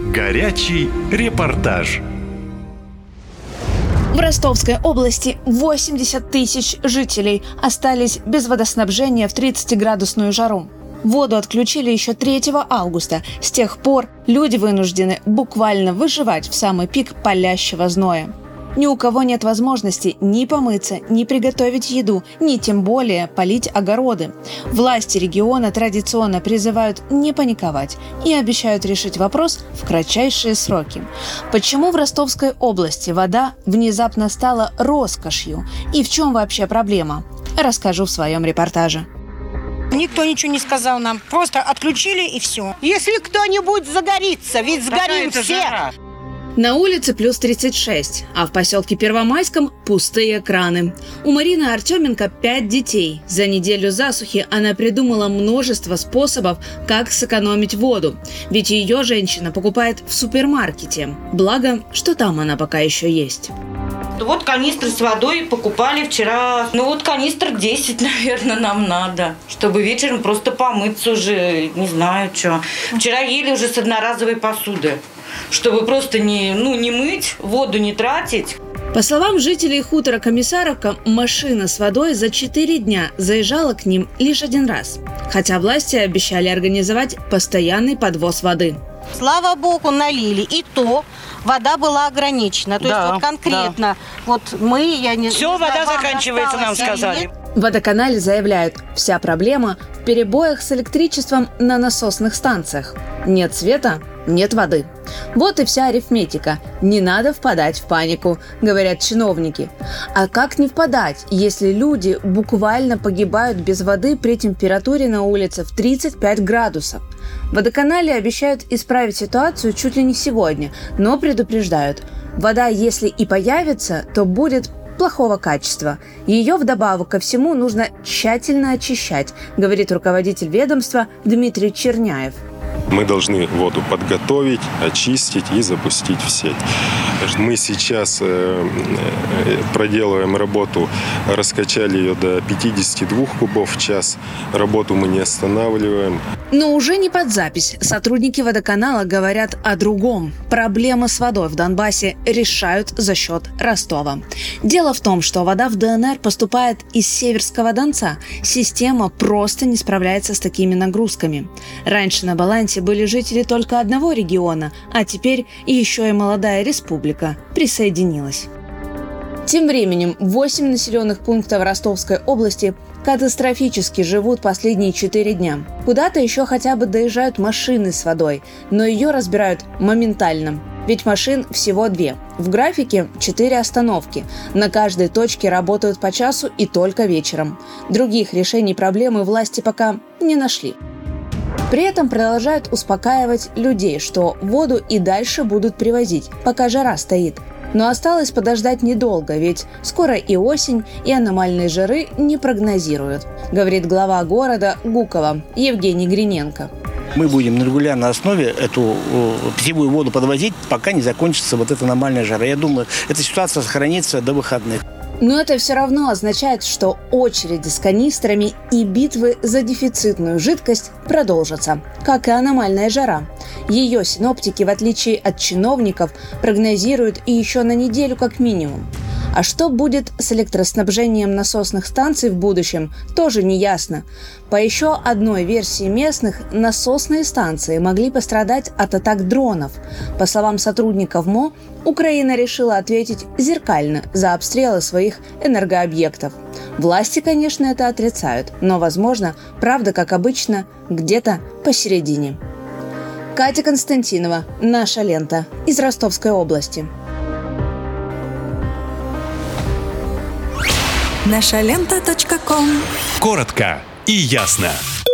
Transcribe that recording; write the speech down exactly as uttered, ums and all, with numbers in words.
Горячий репортаж. В Ростовской области восемьдесят тысяч жителей остались без водоснабжения в тридцатиградусную жару. Воду отключили еще третьего августа. С тех пор люди вынуждены буквально выживать в самый пик палящего зноя. Ни у кого нет возможности ни помыться, ни приготовить еду, ни тем более полить огороды. Власти региона традиционно призывают не паниковать и обещают решить вопрос в кратчайшие сроки. Почему в Ростовской области вода внезапно стала роскошью и в чем вообще проблема? Расскажу в своем репортаже. Никто ничего не сказал нам, просто отключили и все. Если кто-нибудь загорится, ведь сгорим все. Жара. На улице плюс тридцать шесть, а в поселке Первомайском пустые краны. У Марины Артеменко пять детей. За неделю засухи она придумала множество способов, как сэкономить воду. Ведь ее женщина покупает в супермаркете. Благо, что там она пока еще есть. Вот канистры с водой покупали вчера. Ну вот канистр десять, наверное, нам надо. Чтобы вечером просто помыться уже, не знаю что. Вчера ели уже с одноразовой посуды. Чтобы просто не, ну, не мыть, воду не тратить. По словам жителей хутора Комиссаровка, машина с водой за четыре дня заезжала к ним лишь один раз. Хотя власти обещали организовать постоянный подвоз воды. Слава богу, налили. И то вода была ограничена. То да, есть вот конкретно, да. вот мы, я не Все, не вода знаю, заканчивается, нам сказали. В водоканале заявляют, вся проблема в перебоях с электричеством на насосных станциях. Нет света – нет воды. Вот и вся арифметика. Не надо впадать в панику, говорят чиновники. А как не впадать, если люди буквально погибают без воды при температуре на улице в тридцать пять градусов? В водоканале обещают исправить ситуацию чуть ли не сегодня, но предупреждают. Вода, если и появится, то будет плохого качества. Ее вдобавок ко всему нужно тщательно очищать, говорит руководитель ведомства Дмитрий Черняев. Мы должны воду подготовить, очистить и запустить в сеть. Мы сейчас проделываем работу, раскачали ее до пятидесяти двух кубов в час. Работу мы не останавливаем. Но уже не под запись. Сотрудники водоканала говорят о другом. Проблемы с водой в Донбассе решают за счет Ростова. Дело в том, что вода в ДНР поступает из Северского Донца. Система просто не справляется с такими нагрузками. Раньше на балансе были жители только одного региона, а теперь еще и молодая республика присоединилась. Тем временем восемь населенных пунктов Ростовской области катастрофически живут последние четыре дня. Куда-то еще хотя бы доезжают машины с водой, но ее разбирают моментально. Ведь машин всего две. В графике четыре остановки. На каждой точке работают по часу и только вечером. Других решений проблемы власти пока не нашли. При этом продолжают успокаивать людей, что воду и дальше будут привозить, пока жара стоит. Но осталось подождать недолго, ведь скоро и осень, и аномальные жары не прогнозируют, говорит глава города Гуково Евгений Гриненко. Мы будем на регулярной основе эту питьевую воду подвозить, пока не закончится вот эта аномальная жара. Я думаю, эта ситуация сохранится до выходных. Но это все равно означает, что очереди с канистрами и битвы за дефицитную жидкость продолжатся, как и аномальная жара. Ее синоптики, в отличие от чиновников, прогнозируют и еще на неделю как минимум. А что будет с электроснабжением насосных станций в будущем, тоже не ясно. По еще одной версии местных, насосные станции могли пострадать от атак дронов. По словам сотрудников МО, Украина решила ответить зеркально за обстрелы своих энергообъектов. Власти, конечно, это отрицают, но, возможно, правда, как обычно, где-то посередине. Катя Константинова, «Наша лента», из Ростовской области. наша лента точка ком. Коротко и ясно.